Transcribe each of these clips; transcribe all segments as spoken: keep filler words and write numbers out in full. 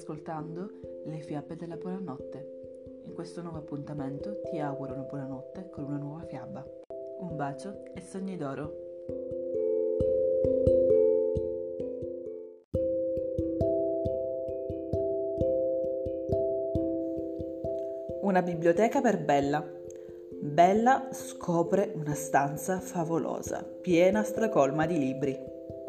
ascoltando Le fiabe della buonanotte. In questo nuovo appuntamento ti auguro una buonanotte con una nuova fiaba. Un bacio e sogni d'oro. Una biblioteca per Bella. Bella scopre una stanza favolosa, piena stracolma di libri.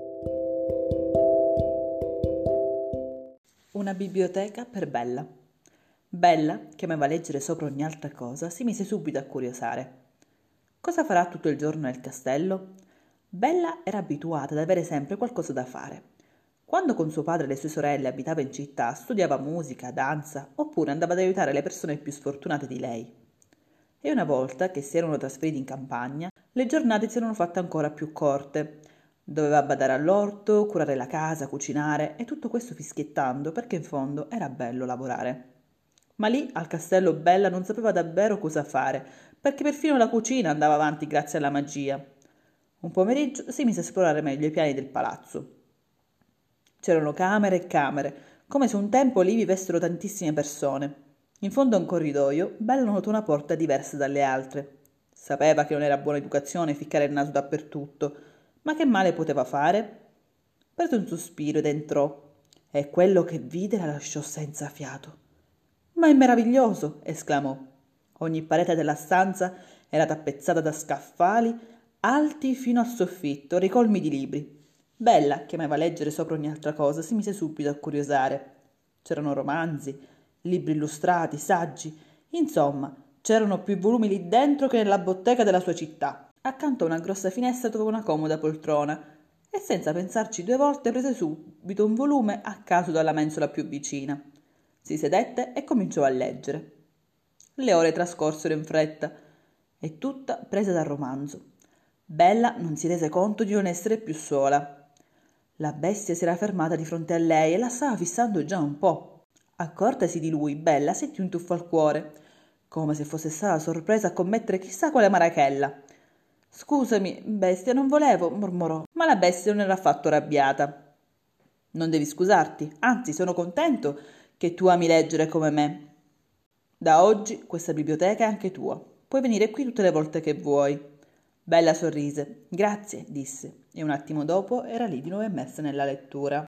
Una biblioteca per Bella. Bella, che amava leggere sopra ogni altra cosa, si mise subito a curiosare. Cosa farà tutto il giorno nel castello? Bella era abituata ad avere sempre qualcosa da fare. Quando con suo padre e le sue sorelle abitava in città, studiava musica, danza, oppure andava ad aiutare le persone più sfortunate di lei. E una volta che si erano trasferiti in campagna, le giornate si erano fatte ancora più corte. Doveva badare all'orto, curare la casa, cucinare e tutto questo fischiettando perché in fondo era bello lavorare. Ma lì al castello Bella non sapeva davvero cosa fare, perché perfino la cucina andava avanti grazie alla magia. Un pomeriggio si mise a esplorare meglio i piani del palazzo. C'erano camere e camere, come se un tempo lì vivessero tantissime persone. In fondo a un corridoio, Bella notò una porta diversa dalle altre. Sapeva che non era buona educazione ficcare il naso dappertutto, ma che male poteva fare? Prese un sospiro ed entrò, e quello che vide la lasciò senza fiato. «Ma è meraviglioso!» esclamò. Ogni parete della stanza era tappezzata da scaffali alti fino al soffitto, ricolmi di libri. Bella, che amava leggere sopra ogni altra cosa, si mise subito a curiosare. C'erano romanzi, libri illustrati, saggi, insomma, c'erano più volumi lì dentro che nella bottega della sua città. Accanto a una grossa finestra trovò una comoda poltrona e senza pensarci due volte prese subito un volume a caso dalla mensola più vicina. Si sedette e cominciò a leggere. Le ore trascorsero in fretta e tutta presa dal romanzo. Bella non si rese conto di non essere più sola. La bestia si era fermata di fronte a lei e la stava fissando già un po'. Accortasi di lui, Bella sentì un tuffo al cuore, come se fosse stata sorpresa a commettere chissà quale marachella. «Scusami, bestia, non volevo», mormorò, ma la bestia non era affatto arrabbiata. «Non devi scusarti, anzi sono contento che tu ami leggere come me. Da oggi questa biblioteca è anche tua, puoi venire qui tutte le volte che vuoi». Bella sorrise. «Grazie», disse, e un attimo dopo era lì di nuovo immersa nella lettura.